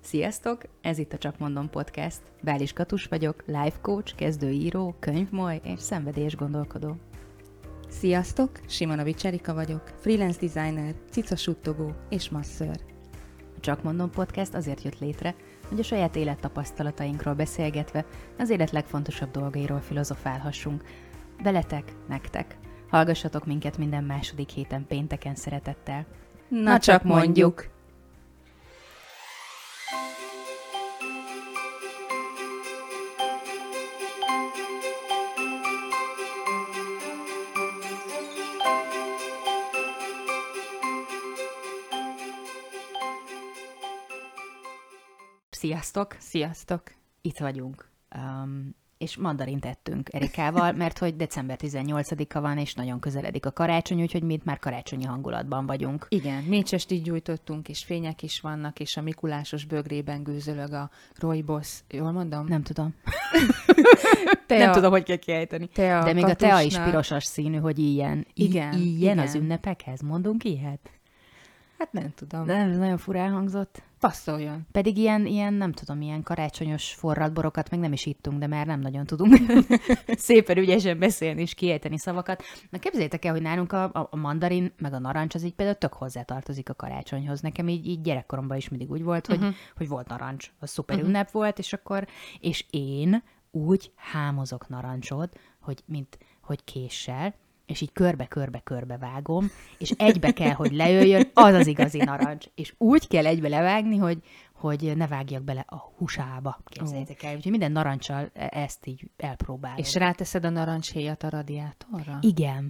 Sziasztok! Ez itt a Csak Mondom Podcast. Bális Katus vagyok, life coach, kezdőíró, könyvmoly és szenvedélyes gondolkodó. Sziasztok! Simonovics Erika vagyok, freelance designer, cicasuttogó és masször. A Csak Mondom Podcast azért jött létre, hogy a saját élettapasztalatainkról beszélgetve az élet legfontosabb dolgairól filozofálhassunk. Veletek, nektek. Hallgassatok minket minden második héten pénteken szeretettel. Na csak mondjuk! Sziasztok! Sziasztok! Itt vagyunk. És mandarint ettünk Erikával, mert hogy december 18-a van, és nagyon közeledik a karácsony, úgyhogy mi itt már karácsonyi hangulatban vagyunk. Igen, mécsestit gyújtottunk, és fények is vannak, és a mikulásos bögrében gőzölög a rooibos. Jól mondom? Nem tudom. Nem tudom, hogy kell kiejteni. De még a tea is pirosas színű, hogy ilyen. Igen. Az ünnepekhez mondunk ilyet? Hát nem tudom. De nagyon furán hangzott. Passzoljon. Pedig ilyen, nem tudom, ilyen karácsonyos forralt borokat meg nem is ittunk, de már nem nagyon tudunk szépen ügyesen beszélni és kiejteni szavakat. Na képzeljétek el, hogy nálunk a mandarin meg a narancs az így például tök hozzátartozik a karácsonyhoz. Nekem így gyerekkoromban is mindig úgy volt, hogy volt narancs. Az szuper ünnep volt, és én úgy hámozok narancsot, hogy késsel, és így körbe vágom, és egybe kell, hogy lejöjjön, az az igazi narancs. És úgy kell egybe levágni, hogy ne vágjak bele a húsába. Képzeljétek el. Úgyhogy minden narancsal ezt így elpróbálom. És ráteszed a narancshéjat a radiátorra? Igen.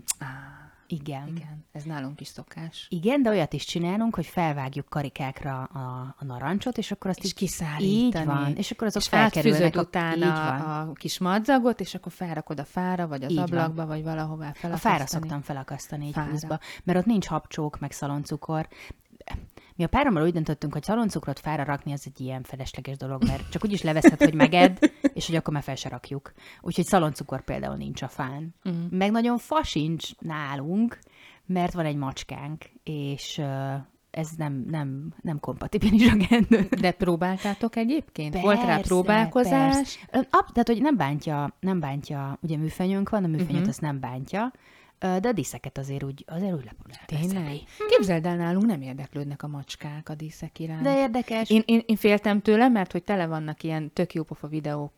Igen. Ez nálunk is szokás. Igen, de olyat is csinálunk, hogy felvágjuk karikákra a narancsot, és akkor azt is kiszárítani. Így van. És akkor azok és felkerülnek utána a kis madzagot, és akkor felrakod a fára, vagy az így ablakba, van. Vagy valahová felakasztani. A fára szoktam felakasztani így húszba, mert ott nincs habcsók, meg szaloncukor. Mi a párommal úgy döntöttünk, hogy szaloncukrot fára rakni, az egy ilyen felesleges dolog, mert csak úgyis leveszed, hogy megedd, és hogy akkor már fel se rakjuk. Úgyhogy szaloncukor például nincs a fán. Meg nagyon fa sincs nálunk, mert van egy macskánk, és ez nem kompatibilis a kettő. De próbáltátok egyébként? Persze, volt rá próbálkozás? Tehát, hogy nem bántja, ugye műfenyőnk van, a műfenyőt azt nem bántja, de a díszeket azért úgy Tényleg? Képzeld el, nálunk nem érdeklődnek a macskák a díszek iránt. De érdekes. Én féltem tőle, mert hogy tele vannak ilyen tök jópofa videók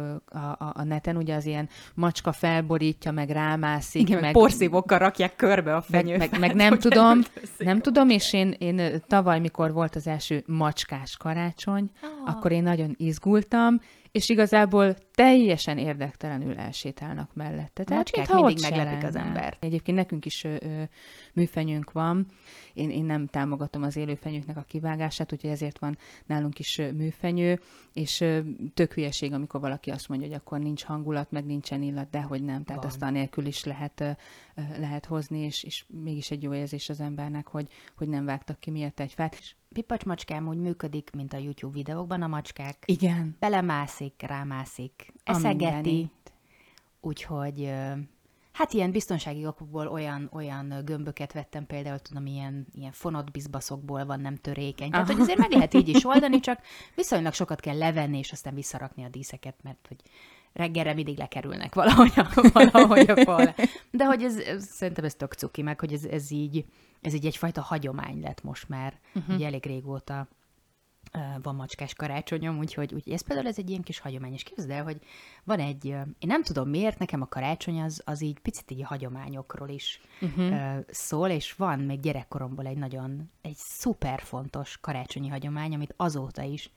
a neten, ugye az ilyen macska felborítja, meg rámászik. Igen, meg porszívokkal rakják körbe a fenyőt. Meg nem tudom, és én tavaly, mikor volt az első macskás karácsony, akkor én nagyon izgultam, és igazából teljesen érdektelenül elsétálnak mellette. Tehát mindig meglepik az ember. Egyébként nekünk is műfenyőnk van. Én nem támogatom az élőfenyőknek a kivágását, úgyhogy ezért van nálunk is műfenyő, és tök hülyeség, amikor valaki azt mondja, hogy akkor nincs hangulat, meg nincsen illat, de hogy nem. Tehát azt anélkül is lehet hozni, és mégis egy jó érzés az embernek, hogy nem vágtak ki miatt egy fát. Pipacs macskám úgy működik, mint a YouTube videókban a macskák. Igen. Belemászik, rámászik, eszegeti. Úgyhogy hát ilyen biztonsági okokból olyan gömböket vettem, például tudom, ilyen fonott bizbaszokból van, nem törékeny. Tehát, hogy azért meg lehet így is oldani, csak viszonylag sokat kell levenni, és aztán visszarakni a díszeket, mert hogy reggelre mindig lekerülnek valahogy a fal. De hogy szerintem ez tök cuki, meg hogy ez így egyfajta hagyomány lett most már. Ugye elég régóta van macskás karácsonyom, úgyhogy ez például ez egy ilyen kis hagyomány. És képzeld el, hogy van én nem tudom miért, nekem a karácsony az így picit így a hagyományokról is szól, és van még gyerekkoromból egy szuper fontos karácsonyi hagyomány, amit azóta is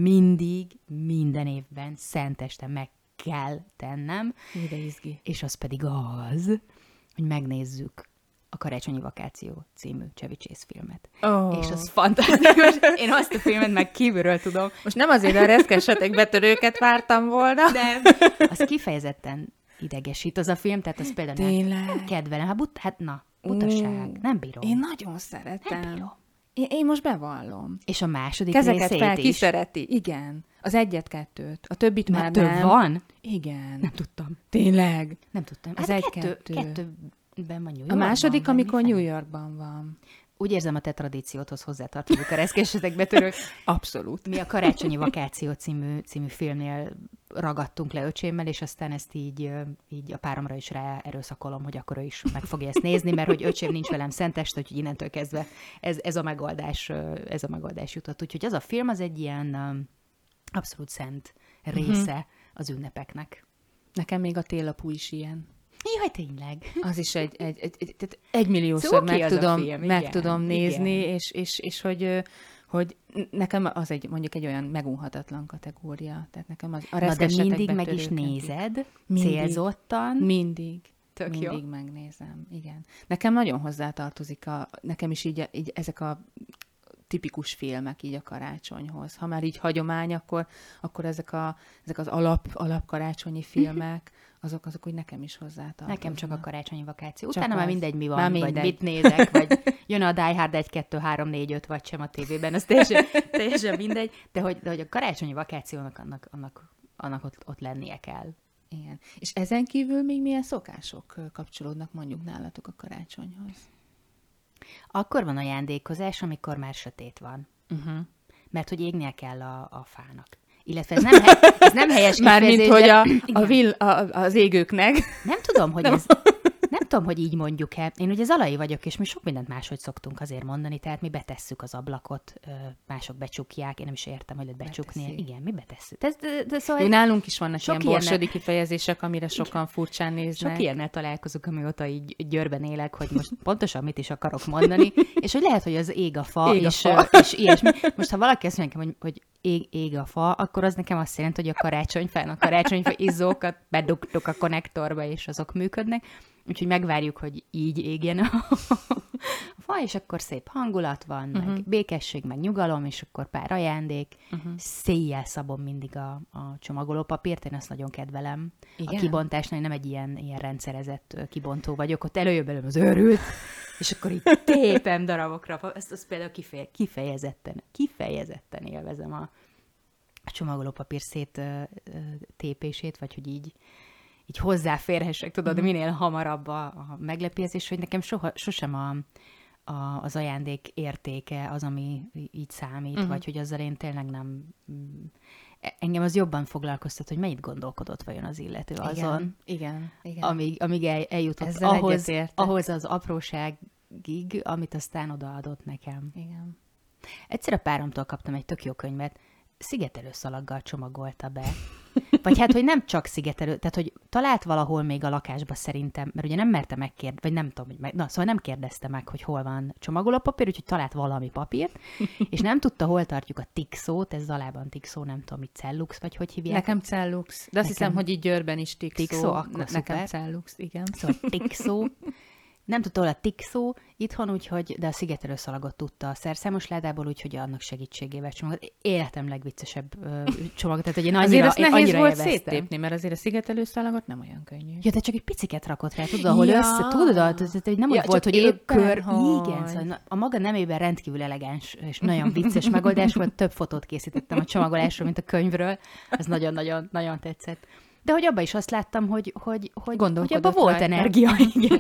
minden évben szenteste meg kell tennem. De izgi. És az pedig az, hogy megnézzük a Karácsonyi Vakáció című Chevy Chase filmet. És az fantasztikus. Én azt a filmet meg kívülről tudom. Most nem azért a reszkessetek betörőket vártam volna. De az kifejezetten idegesít az a film, tehát az például nem kedvelem. Butaság. Nem bírom. Én nagyon szeretem. Nem bírom. Én most bevallom. És a második kezeket részét fel, is. ki szereti. Igen. Az 1-2-t. A többit már több nem. van? Igen. Nem tudtam. Tényleg? Nem tudtam. Az kettőben van New Yorkban. A második, amikor New Yorkban van. Úgy érzem, a te tradícióthoz hozzátartozik a reszkesetek betörők. Abszolút. Mi a Karácsonyi Vakáció című filmnél ragadtunk le öcsémmel, és aztán ezt így a páromra is rá erőszakolom, hogy akkor ő is meg fogja ezt nézni, mert hogy öcsém nincs velem szentest, úgyhogy innentől kezdve ez a megoldás jutott. Úgyhogy az a film az egy ilyen abszolút szent része az ünnepeknek. Nekem még a télapú is ilyen. Jaj, tényleg. Az is egy milliószor meg tudom nézni, igen. és hogy nekem az mondjuk egy olyan megunhatatlan kategória. Tehát nekem a reszkesetek de mindig meg is nézed? Célzottan? Mindig. Tök jó. Mindig megnézem, igen. Nekem nagyon hozzátartozik nekem is így ezek a tipikus filmek így a karácsonyhoz. Ha már így hagyomány, akkor ezek az alap karácsonyi filmek, azok úgy nekem is hozzátartoznak. Nekem csak a Karácsonyi Vakáció. Utána már mindegy, mi van, vagy mit nézek, vagy jön a Die Hard 1, 2, 3, 4, 5, vagy sem a tévében, az teljesen mindegy, de hogy a Karácsonyi Vakációnak annak ott lennie kell. Igen. És ezen kívül még milyen szokások kapcsolódnak mondjuk nálatok a karácsonyhoz? Akkor van ajándékozás, amikor már sötét van. Mert hogy égnie kell a fának. Illetve ez nem helyes kifejezés. Mármint, hogy az égőknek. Nem tudom, hogy nem tudom, hogy így mondjuk-e. Én ugye Zalai vagyok, és mi sok mindent máshogy szoktunk azért mondani, tehát mi betesszük az ablakot, mások becsukják, én nem is értem, hogy lehet becsukni. Igen, mi betesszük. Szóval nálunk is vannak ilyen borsodi kifejezések, amire sokan furcsán néznek. Sok ilyennel találkozunk, amióta így Győrben élek, hogy most pontosan mit is akarok mondani, és hogy lehet, hogy az ég a fa, és ilyesmi. Most ha valaki azt mondja, hogy ég a fa, akkor az nekem azt jelenti, hogy a karácsonyfa izzókat bedugtuk a konnektorba, és azok működnek. Úgyhogy megvárjuk, hogy így égjen a fa, és akkor szép hangulat van, meg békesség, meg nyugalom, és akkor pár ajándék. Széjjel szabom mindig a csomagolópapírt, én azt nagyon kedvelem. Igen? A kibontásnál nem egy ilyen élmezett kibontó vagyok, ott előjön belőlem az őrült, és akkor így tépem darabokra. Ezt például kifejezetten élvezem a csomagolópapír széttépését, vagy hogy így hozzáférhessek, tudod, minél hamarabb a meglepézés, hogy nekem sosem az ajándék értéke az, ami így számít, vagy hogy azzal én tényleg nem... Engem az jobban foglalkoztat, hogy mennyit gondolkodott vajon az illető azon. Igen. Amíg eljutott ahhoz az apróságig, amit aztán odaadott nekem. Igen. Egyszer a páromtól kaptam egy tök jó könyvet, szigetelőszalaggal csomagolta be. Vagy hát, hogy nem csak szigetelő, tehát, hogy talált valahol még a lakásba szerintem, mert ugye nem merte megkérdezni, vagy nem tudom, szóval nem kérdezte meg, hogy hol van csomagolópapír, úgyhogy talált valami papírt, és nem tudta, hol tartjuk a Tixót, ez Zalában Tixó, nem tudom, hogy Cellux, vagy hogy hívják. Nekem Cellux, de azt hiszem, hogy így Győrben is Tixó. Akkor nekem Cellux, igen. Szóval Tixó. Nem tudta, hol a Tixó itthon, de a szigetelőszalagot tudta a szerszámos ládából, úgyhogy annak segítségével csomagolt. Életem legviccesebb csomagot, tehát hogy én annyira élveztem. Azért nehéz volt széttépni, mert azért a szigetelőszalagot nem olyan könnyű. Ja, de csak egy piciket rakott rá, tudod, ahol tudod, nem úgy volt, hogy épp kör. Igen, szóval a maga nemében rendkívül elegáns és nagyon vicces megoldás volt. Több fotót készítettem a csomagolásról, mint a könyvről. Ez nagyon tetszett. De hogy abban is azt láttam, hogy abban volt energia.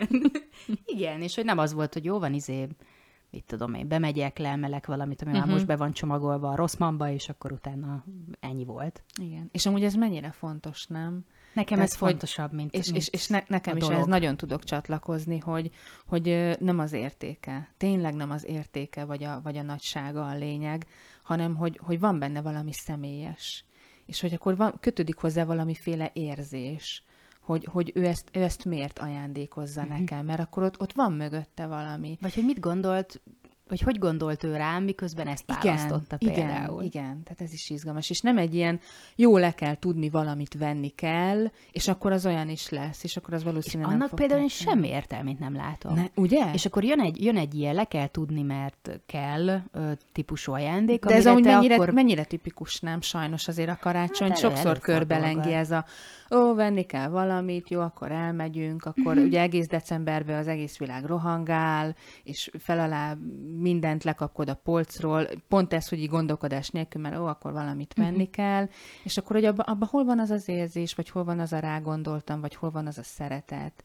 Igen, és hogy nem az volt, hogy jó van, mit tudom én, bemegyek, leemelek valamit, ami már most be van csomagolva a Rossmannba, és akkor utána ennyi volt. Igen. És amúgy ez mennyire fontos, nem? Nekem ez fontosabb, mint És nekem is ez nagyon tudok csatlakozni, hogy nem az értéke. Tényleg nem az értéke, vagy a nagysága a lényeg, hanem hogy van benne valami személyes. És hogy akkor kötődik hozzá valamiféle érzés, hogy ő ezt miért ajándékozza nekem, mert akkor ott van mögötte valami. Vagy hogy mit gondolt, vagy hogy gondolt ő rám, miközben ezt választotta például. Igen, tehát ez is izgalmas. És nem egy ilyen, jó, le kell tudni, valamit venni kell, és akkor az olyan is lesz, és akkor az valószínűleg nem fog például semmi értelmét nem látom. Ugye? És akkor jön egy ilyen, le kell tudni, mert kell típusú ajándék. De ez amúgy mennyire tipikus, nem? Sajnos azért a karácsony sokszor körbelengi ez venni kell valamit, jó, akkor elmegyünk, akkor ugye egész decemberben az egész világ rohangál, és fel alá mindent lekapkod a polcról, pont ez, hogy így gondolkodás nélkül, mert akkor valamit venni kell, és akkor, hogy abban hol van az az érzés, vagy hol van az a rágondoltam, vagy hol van az a szeretet,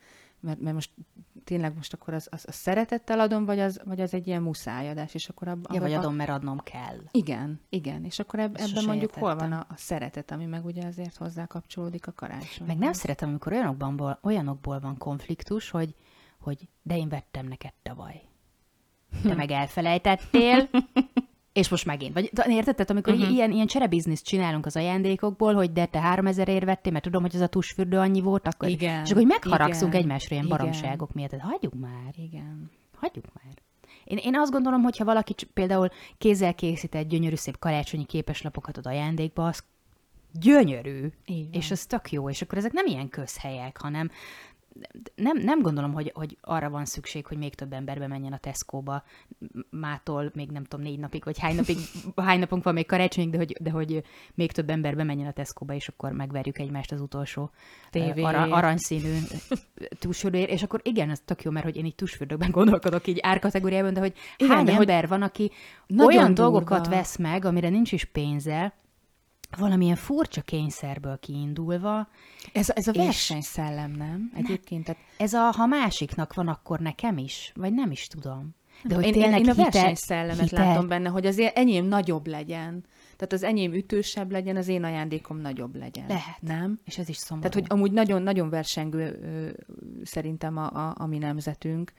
mert most tényleg most akkor az szeretettel adom, vagy az egy ilyen muszájadás, és akkor vagy adom, mert adnom kell. Igen, és akkor ebben mondjuk hol van a szeretet, ami meg ugye azért hozzá kapcsolódik a karácsony. Meg nem szeretem, amikor olyanokból van konfliktus, hogy de én vettem neked tavaly. Te meg elfelejtettél, és most megint. Vagy érted? Tehát amikor ilyen cserebizniszt csinálunk az ajándékokból, hogy de te 3000 ér vettél, mert tudom, hogy az a tusfürdő annyi volt, akkor... Igen. És akkor megharagszunk egymásra ilyen baromságok miatt. Tehát hagyjuk már. Igen. Hagyjuk már. Én azt gondolom, hogy ha valaki például kézzel készített gyönyörű szép karácsonyi képeslapokat ad ajándékba, az gyönyörű, és az tök jó, és akkor ezek nem ilyen közhelyek, hanem nem gondolom, hogy arra van szükség, hogy még több ember bemenjen a Tesco-ba mától, még nem tudom, 4 napig, vagy hány napunk van még karácsonyig, de hogy még több ember bemenjen a Tesco-ba, és akkor megverjük egymást az utolsó aranyszínű tusfürdőért, és akkor igen, ez tök jó, mert hogy én így tusfürdőkben gondolkodok így árkategóriában, de hogy igen, hány ember van, aki olyan dolgokat vesz meg, amire nincs is pénze, valamilyen furcsa kényszerből kiindulva. Ez a versenyszellem, nem? Egyébként. Tehát... Ez ha másiknak van, akkor nekem is, vagy nem is tudom. De hogy én a versenyszellemet látom benne, hogy az enyém nagyobb legyen. Tehát az enyém ütősebb legyen, az én ajándékom nagyobb legyen. Lehet. Nem? És ez is szomorú. Tehát, hogy amúgy nagyon-nagyon versengő szerintem a mi nemzetünk,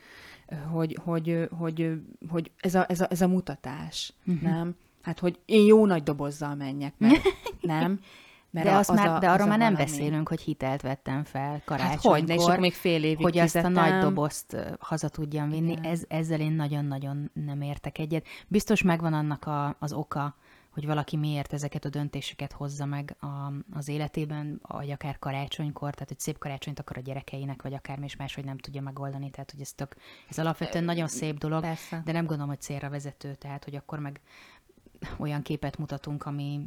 hogy ez a mutatás, nem? Hát, hogy én jó nagy dobozzal menjek, mert nem? Mert de arról már nem beszélünk, hogy hitelt vettem fel karácsonykor, és akkor még fél évig hogy fizettem. Azt a nagy dobozt haza tudjam vinni. Ezzel én nagyon-nagyon nem értek egyet. Biztos megvan annak az oka, hogy valaki miért ezeket a döntéseket hozza meg az életében, vagy akár karácsonykor, tehát hogy szép karácsonyt akar a gyerekeinek, vagy akármi is máshogy nem tudja megoldani. Tehát, hogy ez alapvetően nagyon szép dolog, persze. De nem gondolom, hogy célra vezető, tehát, hogy akkor meg olyan képet mutatunk, ami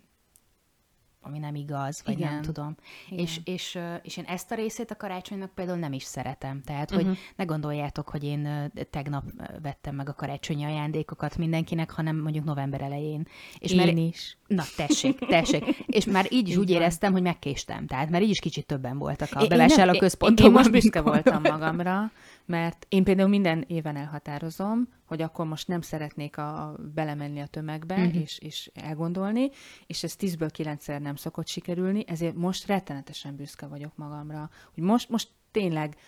nem igaz, vagy nem tudom. És én ezt a részét a karácsonynak például nem is szeretem. Tehát, hogy ne gondoljátok, hogy én tegnap vettem meg a karácsonyi ajándékokat mindenkinek, hanem mondjuk november elején. És én is. Na, tessék. És már így is úgy éreztem, hogy megkéstem. Tehát már így is kicsit többen voltak a bevásárlóközpontokban. Én most büszke voltam magamra, mert én például minden éven elhatározom, hogy akkor most nem szeretnék belemenni a tömegbe, és elgondolni, és ez 10-ből 9-szer nem szokott sikerülni, ezért most rettenetesen büszke vagyok magamra. Hogy most tényleg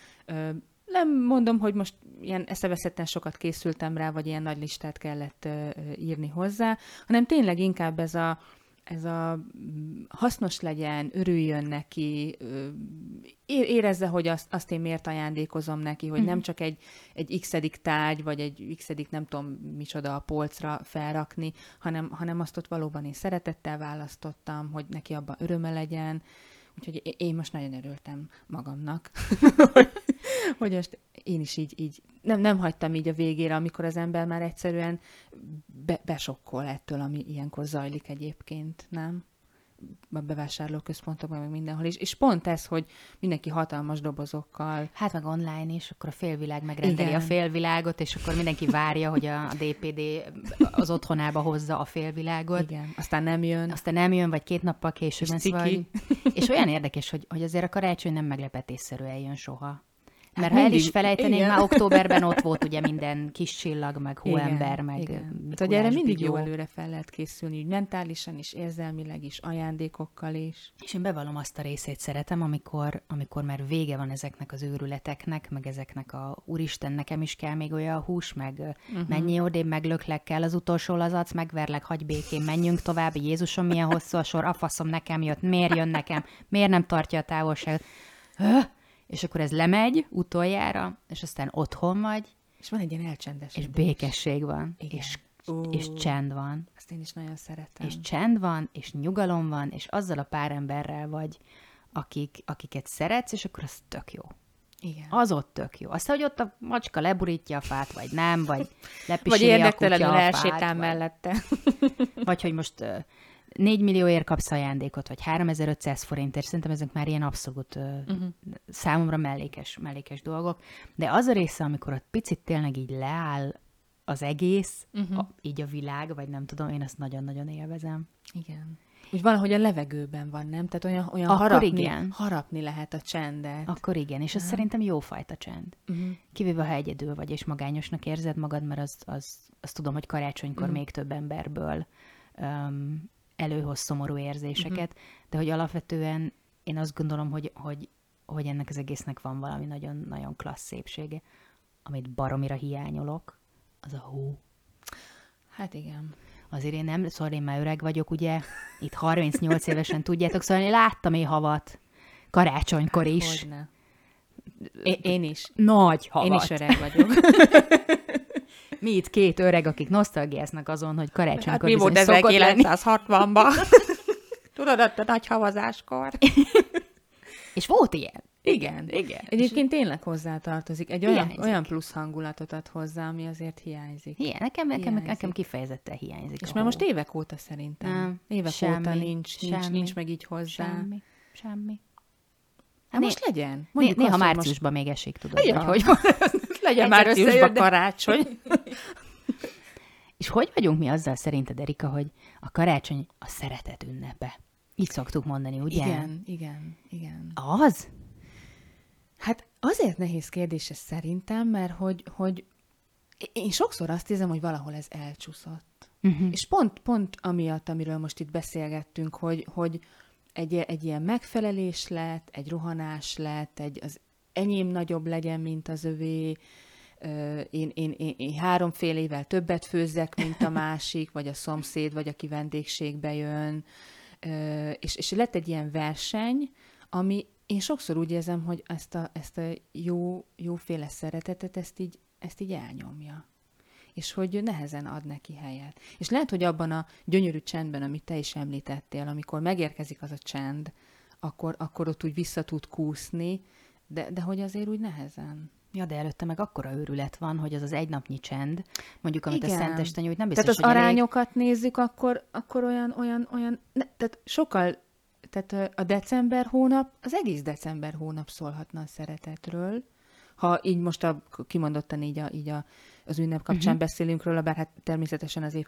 nem mondom, hogy most ilyen eszeveszetten sokat készültem rá, vagy ilyen nagy listát kellett írni hozzá, hanem tényleg inkább ez a hasznos legyen, örüljön neki, érezze, hogy azt én miért ajándékozom neki, hogy nem csak egy x-edik tárgy, vagy egy x-edik nem tudom micsoda a polcra felrakni, hanem azt ott valóban én szeretettel választottam, hogy neki abban öröme legyen. Úgyhogy én most nagyon örültem magamnak, hogy most én is így nem hagytam így a végére, amikor az ember már egyszerűen besokkol ettől, ami ilyenkor zajlik egyébként, nem? A bevásárlóközpontokban, meg mindenhol is. És pont ez, hogy mindenki hatalmas dobozokkal. Hát meg online is, akkor a félvilág megrendeli a félvilágot, és akkor mindenki várja, hogy a DPD az otthonába hozza a félvilágot. Igen. Aztán nem jön, vagy 2 nappal később lesz vagy. És olyan érdekes, hogy azért a karácsony nem meglepetésszerű eljön soha. Mert ha el is felejtenénk, már októberben ott volt ugye minden kis csillag, meg hóember, meg Mikulás, hogy erre mindig jó előre fel lehet készülni, úgy mentálisan is, érzelmileg is, ajándékokkal is. És én bevallom, azt a részét szeretem, amikor már vége van ezeknek az őrületeknek, meg ezeknek úristen, nekem is kell még olyan hús, meg mennyi odébb, meglöklek kell az utolsó lazac, megverlek, hagy békén, menjünk tovább, Jézusom, milyen hosszú a sor, a faszom nekem jött, miért jön nekem, miért nem tartja a távolságot. És akkor ez lemegy utoljára, és aztán otthon vagy. És van egy ilyen elcsendesedés. És békesség van. És csend van. Azt én is nagyon szeretem. És csend van, és nyugalom van, és azzal a pár emberrel vagy, akiket szeretsz, és akkor az tök jó. Igen. Az ott tök jó. Aztán, hogy ott a macska leburítja a fát, vagy nem, vagy lepisíli a kutya a fát. Vagy elsétál mellette. Vagy hogy most 4 millióért kapsz ajándékot, vagy 3500 forintért, szerintem ezek már ilyen abszolút számomra mellékes dolgok. De az a része, amikor ott picit tényleg így leáll az egész, így a világ, vagy nem tudom, én ezt nagyon-nagyon élvezem. Igen. Úgy valahogy a levegőben van, nem? Tehát olyan harapni lehet a csendet. Akkor igen, és az szerintem jófajta csend. Kivéve, ha egyedül vagy, és magányosnak érzed magad, mert azt tudom, hogy karácsonykor még több emberből előhoz szomorú érzéseket, de hogy alapvetően én azt gondolom, hogy ennek az egésznek van valami nagyon-nagyon klassz szépsége, amit baromira hiányolok, az a hó. Hát igen. Azért én nem, szóval én már öreg vagyok, ugye, itt 38 évesen tudjátok, szóval én láttam havat karácsonykor is. Hogyne. Én is. Nagy havat. Én is öreg vagyok. Mi itt két öreg, akik nosztalgiáznak azon, hogy karácsonykor hát mi volt 1960-ban? Tudod, ott a nagy havazáskor. És volt ilyen. Igen. Egyébként tényleg hozzátartozik. Egy olyan plusz hangulatot ad hozzá, ami azért hiányzik. Nekem kifejezetten hiányzik. És már most évek óta szerintem. Évek óta nincs meg így hozzá. Semmi. Hát most legyen. Néha márciusban még esik, tudod. Ja. Hogy legyen márciusban karácsony. És hogy vagyunk mi azzal szerinted, Erika, hogy a karácsony a szeretet ünnepe? Így szoktuk mondani, ugye? Igen. Az? Hát azért nehéz kérdés ez szerintem, mert hogy én sokszor azt érzem, hogy valahol ez elcsúszott. És pont amiatt, amiről most itt beszélgettünk, hogy egy ilyen megfelelés lett, egy rohanás lett, az enyém nagyobb legyen, mint az övé, én 3 fél évvel többet főzzek, mint a másik, vagy a szomszéd, vagy aki vendégségbe jön, és lett egy ilyen verseny, ami én sokszor úgy érzem, hogy ezt a jóféle szeretetet, ezt így elnyomja. És hogy nehezen ad neki helyet. És lehet, hogy abban a gyönyörű csendben, amit te is említettél, amikor megérkezik az a csend, akkor ott úgy vissza tud kúszni, de hogy azért úgy nehezen. Ja, de előtte meg akkora őrület van, hogy az egy napnyi csend, mondjuk, amit a Szenteste nyújt, nem biztos, tehát az hogy arányokat nézzük, akkor olyan tehát sokkal, tehát a december hónap, az egész december hónap szólhatna a szeretetről, ha így most kimondottan így az ünnep kapcsán beszélünk róla, bár hát természetesen az év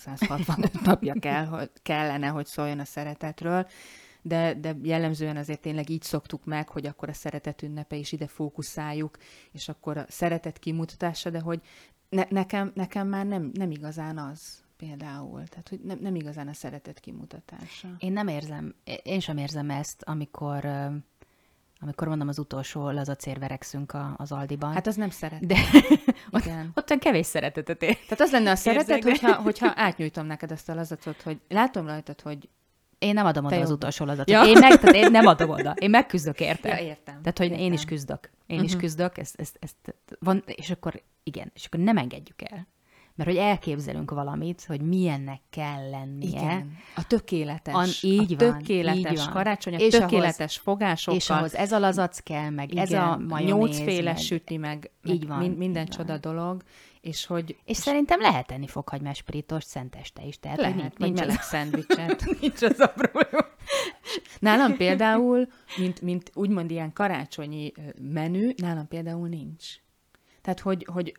365 napja kellene, hogy szóljon a szeretetről, de jellemzően azért tényleg így szoktuk meg, hogy akkor a szeretet ünnepe is ide fókuszáljuk, és akkor a szeretet kimutatása, de hogy nekem már nem igazán az például. Tehát, hogy nem igazán a szeretet kimutatása. Én sem érzem ezt, amikor mondom, az utolsó lazacér verekszünk az Aldiban. Hát az nem szeret. De ott kevés szeretetet ér. Tehát az lenne a szeretet, hogyha átnyújtom neked ezt a lazacot, hogy látom rajtad, hogy én nem adom oda az utolsó lazacot. Ja. Én nem adom oda. Én megküzdök érte. Ja, értem. Tehát, hogy én is küzdök. Is küzdök, ezt van, és akkor nem engedjük el. Mert hogy elképzelünk valamit, hogy milyennek kell lennie. Igen. A tökéletes. Így tökéletes karácsony, a tökéletes fogásokkal. És ahhoz ez a lazac kell, meg igen, ez a majonéz. 8-féle süti, meg így van, minden így csoda van. dolog. És szerintem lehet tenni fokhagymás pirítost Szenteste is. Tehát, lehet, vagy meleg szendvicset. Nincs az apró jó. Nálam például, mint úgymond ilyen karácsonyi menü, nálam például nincs. Tehát, hogy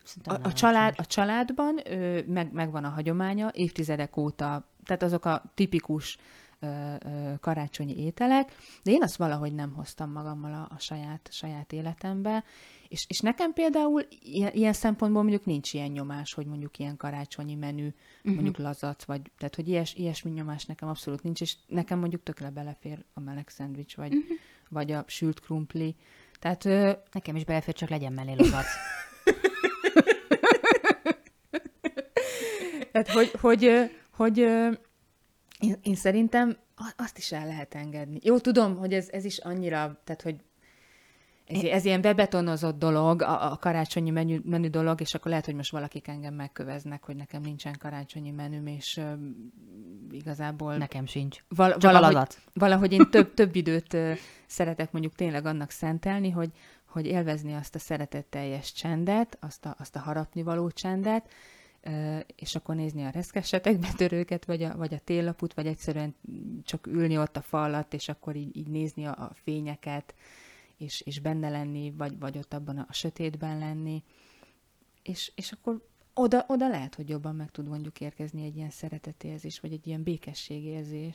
a családban megvan a hagyománya évtizedek óta, tehát azok a tipikus karácsonyi ételek, de én azt valahogy nem hoztam magammal a saját életembe, és nekem például ilyen szempontból mondjuk nincs ilyen nyomás, hogy mondjuk ilyen karácsonyi menü, mondjuk lazac, vagy tehát, hogy ilyesmi nyomás nekem abszolút nincs, és nekem mondjuk tökre belefér a meleg szendvics, vagy a sült krumpli. Tehát nekem is belefér, csak legyen mellé lazac. Tehát, hogy én szerintem azt is el lehet engedni. Jó, tudom, hogy ez is annyira, tehát, hogy ez ilyen bebetonozott dolog, a karácsonyi menü dolog, és akkor lehet, hogy most valakik engem megköveznek, hogy nekem nincsen karácsonyi menüm, és igazából... Nekem sincs. Valahogy én több időt szeretek mondjuk tényleg annak szentelni, hogy élvezni azt a szeretetteljes csendet, azt a harapnivaló csendet, és akkor nézni a reszkessetek betörőket, vagy a téllaput, vagy egyszerűen csak ülni ott a fa alatt, és akkor így nézni a fényeket, és benne lenni, vagy ott abban a sötétben lenni. És akkor oda lehet, hogy jobban meg tud mondjuk érkezni egy ilyen szeretetérzés, vagy egy ilyen békességérzés.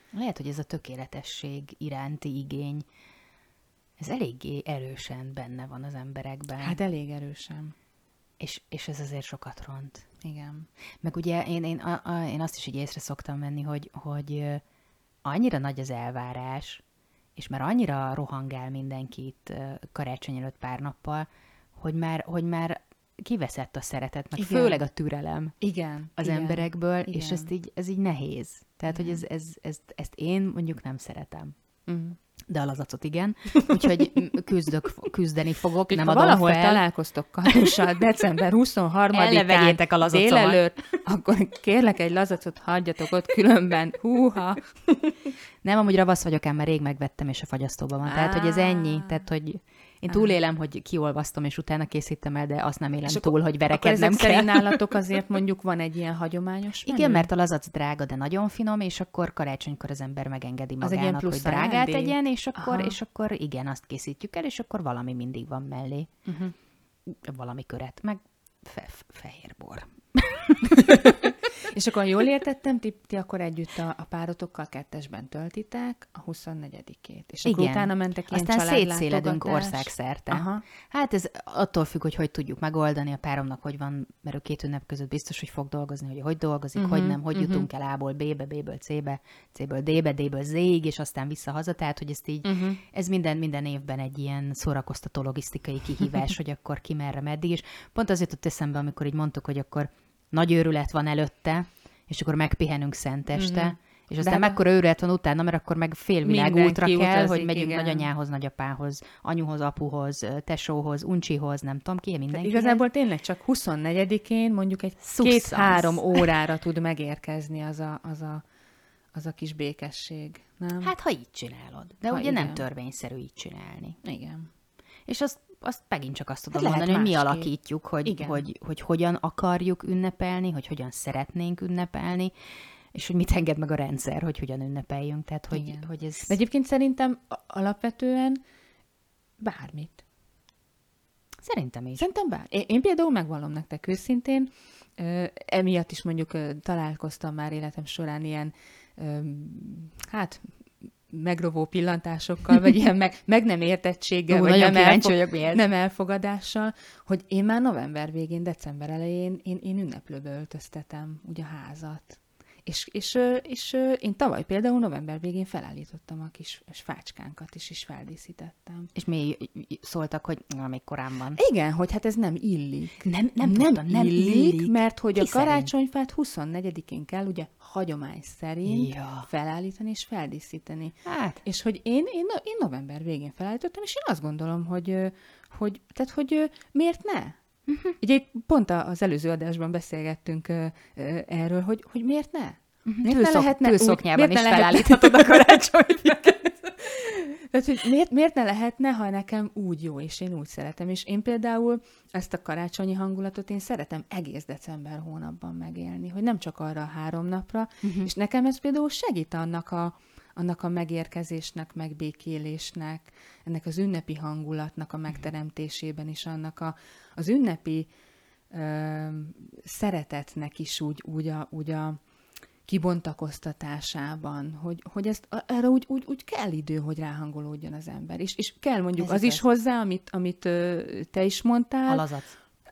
Lehet, hogy ez a tökéletesség iránti igény, ez eléggé erősen benne van az emberekben. Hát elég erősen. És ez azért sokat ront. Igen. Meg ugye én azt is így észre szoktam venni, hogy annyira nagy az elvárás, és már annyira rohangál mindenki itt karácsony előtt pár nappal, hogy már kiveszett a szeretet, meg igen. főleg a türelem igen. az igen. emberekből, igen. és ez így nehéz. Tehát, hogy ezt én mondjuk nem szeretem. De a lazacot igen, úgyhogy küzdeni fogok, nem adom valahol fel. találkoztok Karussal december 23-án délelőtt, akkor kérlek egy lazacot hagyjatok ott, különben húha. Nem, amúgy ravasz vagyok, ám már rég megvettem, és a fagyasztóban van. Tehát, hogy ez ennyi. Tehát, hogy én túlélem, hogy kiolvasztom, és utána készítem el, de azt nem élem túl, hogy verekednem kell. Akkor nálatok azért mondjuk van egy ilyen hagyományos menü? Igen, mert a lazac drága, de nagyon finom, és akkor karácsonykor az ember megengedi magának, hogy drágát tegyen, és akkor igen, azt készítjük el, és akkor valami mindig van mellé. Valami köret, meg fehér bor. És akkor jól értettem, ti akkor együtt a párotokkal kettesben töltitek a 24-ét. És akkor utána mentek ilyen családlátogatás. Aztán szétszéledünk országszerte. Aha. Hát ez attól függ, hogy tudjuk megoldani a páromnak, hogy van, mert ő 2 ünnep között biztos, hogy fog dolgozni, hogy dolgozik, hogy nem, hogy jutunk el A-ból B-be, B-ből C-be, C-ből D-be, D-ből Z-ig, és aztán vissza haza. Tehát, hogy ezt így, ez minden évben egy ilyen szórakoztató logisztikai kihívás, hogy akkor ki merre, meddig. És pont az jutott eszembe, amikor így mondtuk, hogy akkor nagy őrület van előtte, és akkor megpihenünk szenteste, és aztán mekkora őrület van utána, mert akkor meg félvilág útra kell, utazik, hogy megyünk nagyanyához, nagyapához, anyuhoz, apuhoz, tesóhoz, uncsihoz, nem tudom ki, mindenkihez. Igazából tényleg csak 24-én mondjuk egy 2-3 órára tud megérkezni az a kis békesség, nem? Hát, ha így csinálod. De ugye nem törvényszerű így csinálni. Igen. És azt megint csak azt tudom mondani, hogy mi alakítjuk, hogy hogyan akarjuk ünnepelni, hogy hogyan szeretnénk ünnepelni, és hogy mit enged meg a rendszer, hogy hogyan ünnepeljünk. Tehát, hogy ez... De egyébként szerintem alapvetően bármit. Szerintem is. Szerintem én például megvallom nektek őszintén, emiatt is mondjuk találkoztam már életem során ilyen, megrovó pillantásokkal, vagy ilyen meg nem értettséggel, vagy nem elfogadással, hogy én már november végén, december elején én ünneplőbe öltöztetem ugye a házat. És én tavaly például november végén felállítottam a kis fácskánkat is, és feldíszítettem. És mi szóltak, hogy még korán van. Igen, hogy hát ez nem illik. Nem illik, mert hogy a karácsonyfát 24-én kell ugye hagyomány szerint felállítani és feldíszíteni. Hát. És hogy én november végén felállítottam, és én azt gondolom, hogy miért ne? Ugye pont az előző adásban beszélgettünk erről, hogy miért ne? Tűlszoknyában is felállíthatod a karácsonyfát. Tehát, hogy miért ne lehetne, ha nekem úgy jó, és én úgy szeretem. És én például ezt a karácsonyi hangulatot én szeretem egész december hónapban megélni, hogy nem csak arra a 3 napra, és nekem ez például segít annak a megérkezésnek, megbékélésnek, ennek az ünnepi hangulatnak a megteremtésében is, annak az ünnepi szeretetnek is úgy a kibontakoztatásában, hogy erre úgy kell idő, hogy ráhangolódjon az ember. És kell mondjuk ez az is hozzá, amit te is mondtál. A lazac.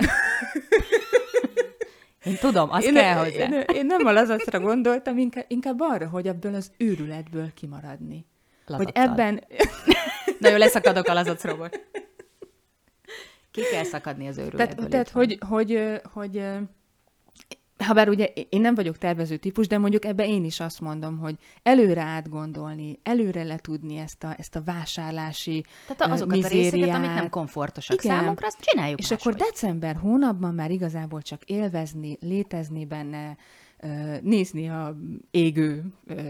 Én tudom, azt kell hozzá. Én nem a lazacra gondoltam, inkább arra, hogy ebből az őrületből kimaradni. Lazacsal. Hogy ebben... Na jó, leszakadok a lazacról. Ki kell szakadni az őrületből. Tehát hogy habár ugye én nem vagyok tervező típus, de mondjuk ebbe én is azt mondom, hogy előre átgondolni, előre letudni ezt a vásárlási tehát azokat a részeket, amik nem komfortosak számunkra, azt csináljuk és máshogy. akkor december hónapban már igazából csak élvezni, létezni benne, nézni a égő...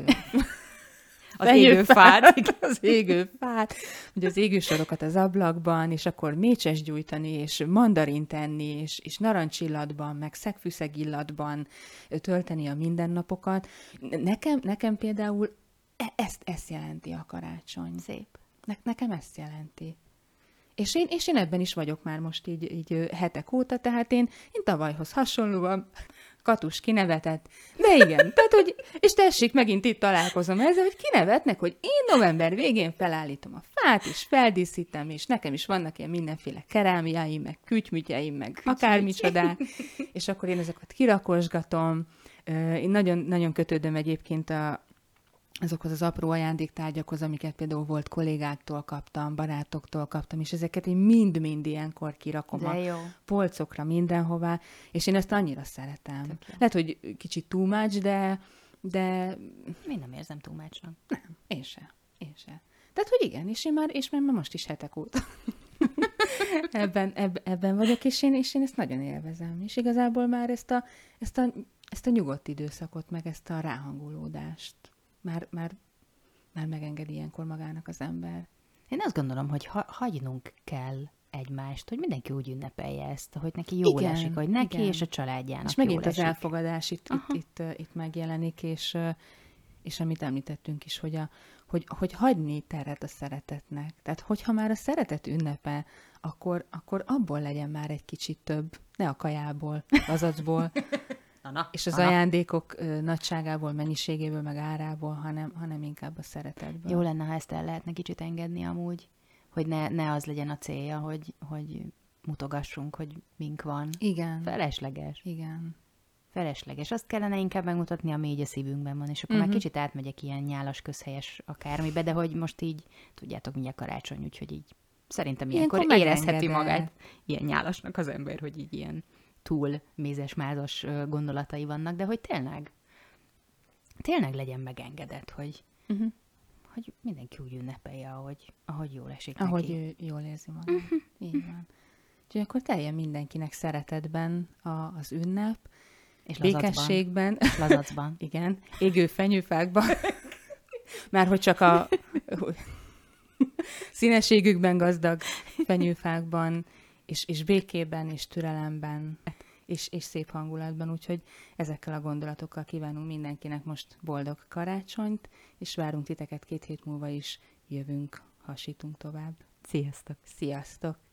Az égő fát. Az égő fát, ugye az égő sorokat az ablakban, és akkor mécses gyújtani, és mandarint enni, és narancsillatban, meg szegfűszegillatban tölteni a mindennapokat. Nekem például ezt jelenti a karácsony. Szép. Nekem ezt jelenti. És én ebben is vagyok már most így hetek óta, tehát én tavalyhoz hasonlóan Katus kinevetett. De igen, tehát, hogy, és tessék, megint itt találkozom ezzel, hogy kinevetnek, hogy én november végén felállítom a fát, és feldíszítem, és nekem is vannak ilyen mindenféle kerámiáim, meg kütymütyeim, meg akármicsodák, és akkor én ezeket kirakosgatom. Én nagyon, nagyon kötődöm egyébként azokhoz az apró ajándéktárgyakhoz, amiket például volt kollégáktól kaptam, barátoktól kaptam, és ezeket én mind-mind ilyenkor kirakom a polcokra, mindenhová, és én ezt annyira szeretem. Lehet, hogy kicsit too much, de... Én nem érzem too much-nak. Nem, én se. Tehát, hogy igen, és én már most is hetek óta ebben vagyok, és én ezt nagyon élvezem. És igazából már ezt a nyugodt időszakot, meg ezt a ráhangolódást már megengedi ilyenkor magának az ember. Én azt gondolom, hogy hagynunk kell egymást, hogy mindenki úgy ünnepelje ezt, hogy neki jól esik, hogy neki igen. És a családjának és megint jól az elfogadás itt megjelenik, és amit említettünk is, hogy hagyni teret a szeretetnek. Tehát, hogyha már a szeretet ünnepe, akkor abból legyen már egy kicsit több, ne a kajából, azacból, és az ajándékok nagyságából, mennyiségéből, meg árából, hanem inkább a szeretetből. Jó lenne, ha ezt el lehetne kicsit engedni amúgy, hogy ne az legyen a célja, hogy mutogassunk, hogy mink van. Igen. Felesleges. Igen. Felesleges. Azt kellene inkább megmutatni, ami így a szívünkben van, és akkor már kicsit átmegyek ilyen nyálas, közhelyes akármibe, de hogy most így, tudjátok, mindjárt karácsony, úgyhogy így szerintem ilyenkor érezheti magát ilyen nyálasnak az ember, hogy így ilyen túl mézes-mázas gondolatai vannak, de hogy tényleg legyen megengedett, hogy mindenki úgy ünnepelje, ahogy jól esik neki. Ahogy ő jól érzi magát. Így van. Úgyhogy akkor teljen mindenkinek szeretetben az ünnep, és békességben. És lazacban. Igen, égő fenyőfákban. Már hogy csak a színességükben gazdag fenyőfákban, és békében, és türelemben, és szép hangulatban. Úgyhogy ezekkel a gondolatokkal kívánunk mindenkinek most boldog karácsonyt, és várunk titeket 2 hét múlva is. Jövünk, hasítunk tovább. Sziasztok! Sziasztok!